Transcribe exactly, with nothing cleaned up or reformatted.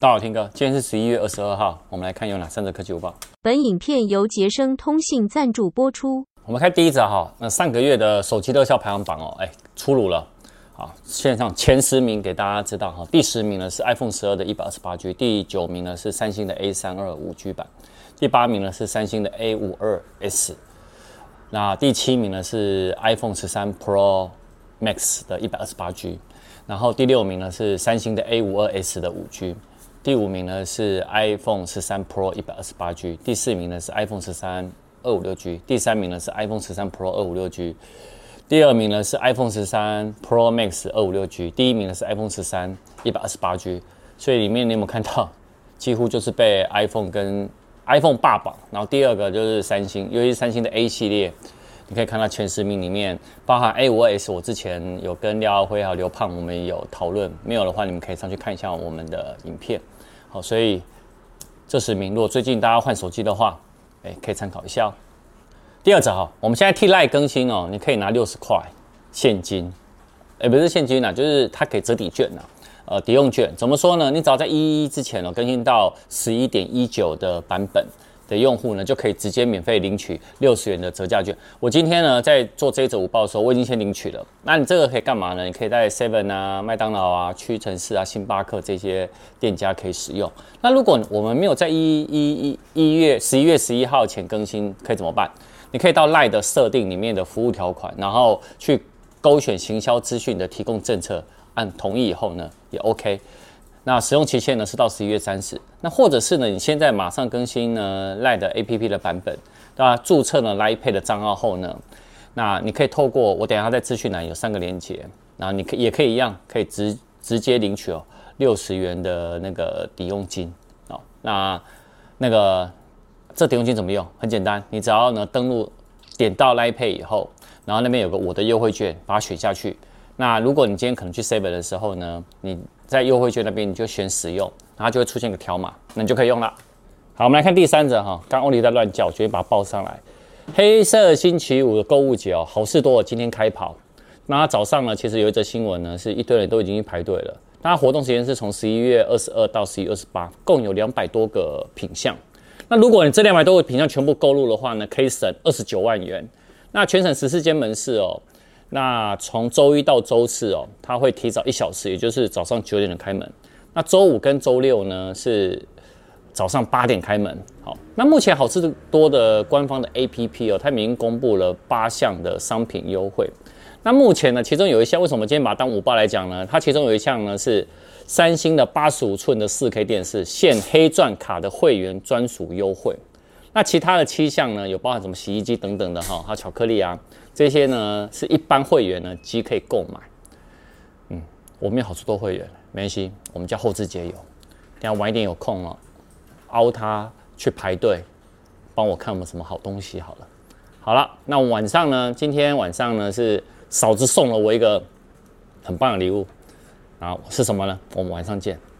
大家好，听哥，今天是十一月二十二号，我们来看有哪三则科技午报。 本影片由杰生通信赞助播出。 我们看第一则哈，那上个月的手机热销排行榜哦，哎，出炉了。好，线上前十名给大家知道哈，第十名呢是 iPhone 十二的 一百二十八 G， 第九名呢是三星的 A 三二五 G 版，第八名呢是三星的 A 五十二 S， 那第七名呢是 iPhone 十三 Pro Max 的 一百二十八 G， 然后第六名呢是三星的 A 五十二 S 的 五 G。第五名呢是 iPhone 十三 Pro 一百二十八 G， 第四名呢是 iPhone 十三二五六 G， 第三名呢是 iPhone 十三 Pro 二五六 G， 第二名呢是 iPhone 十三 Pro Max 二五六 G， 第一名呢是 iPhone 十三一百二十八 G， 所以里面你有没有看到，几乎就是被 iPhone 跟 iPhone 霸榜，然后第二个就是三星，尤其是三星的 A 系列。你可以看到前十名里面，包含 A 五十二 S， 我之前有跟廖耀辉还有刘胖我们有讨论，没有的话你们可以上去看一下我们的影片。好，所以这十名，如果最近大家换手机的话，哎，可以参考一下哦。第二则哈，我们现在 T Lite 更新哦，你可以拿六十块现金，哎，不是现金啦，就是它可以折抵券啦，呃，抵用券。怎么说呢？你只要在一一之前哦，更新到 十一点一九 的版本的用户呢，就可以直接免费领取六十元的折价券。我今天呢在做这一则午报的时候，我已经先领取了。那你这个可以干嘛呢？你可以在 seven 啊、麦当劳啊、屈臣氏啊、星巴克这些店家可以使用。那如果我们没有在一一一月十一月十一号前更新，可以怎么办？你可以到 Line 的设定里面的服务条款，然后去勾选行销资讯的提供政策，按同意以后呢，也 OK。那使用期限呢是到十一月三十。那或者是呢，你现在马上更新呢 Line 的 A P P 的版本，那注册呢 Line Pay 的账号后呢，那你可以透过我等一下在资讯栏有三个连结，然后你可也可以一样，可以直直接领取哦六十元的那个抵用金哦。那那个这抵用金怎么用？很简单，你只要呢登录点到 Line Pay 以后，然后那边有个我的优惠券，把它选下去。那如果你今天可能去 seven 的时候呢，你在优惠券那边你就选使用，然后就会出现一个条码，那你就可以用了。好，我们来看第三则哈，刚欧里在乱叫，我决定把它报上来。黑色星期五的购物节哦，好事多今天开跑。那早上呢，其实有一则新闻呢，是一堆人都已经去排队了。那活动时间是从十一月二十二到十一月二十八，共有两百多个品项。那如果你这两百多个品项全部购入的话呢，可以省二十九万元。那全省十四间门市哦。那从周一到周四哦，它会提早一小时，也就是早上九点的开门。那周五跟周六呢是早上八点开门。好，那目前好事多的官方的 A P P 哦，它已经公布了八项的商品优惠。那目前呢，其中有一项，为什么今天把它当午报来讲呢？它其中有一项呢是三星的八十五寸的 四K 电视现黑钻卡的会员专属优惠。那其他的七项呢，有包含什么洗衣机等等的哈，还有巧克力啊，这些呢是一般会员呢即可以购买。嗯，我们有好处多会员，没关系，我们叫后置节油。等一下晚一点有空哦，凹他去排队，帮我看有没有什么好东西好了。好了，那晚上呢，今天晚上呢是嫂子送了我一个很棒的礼物，然后是什么呢？我们晚上见。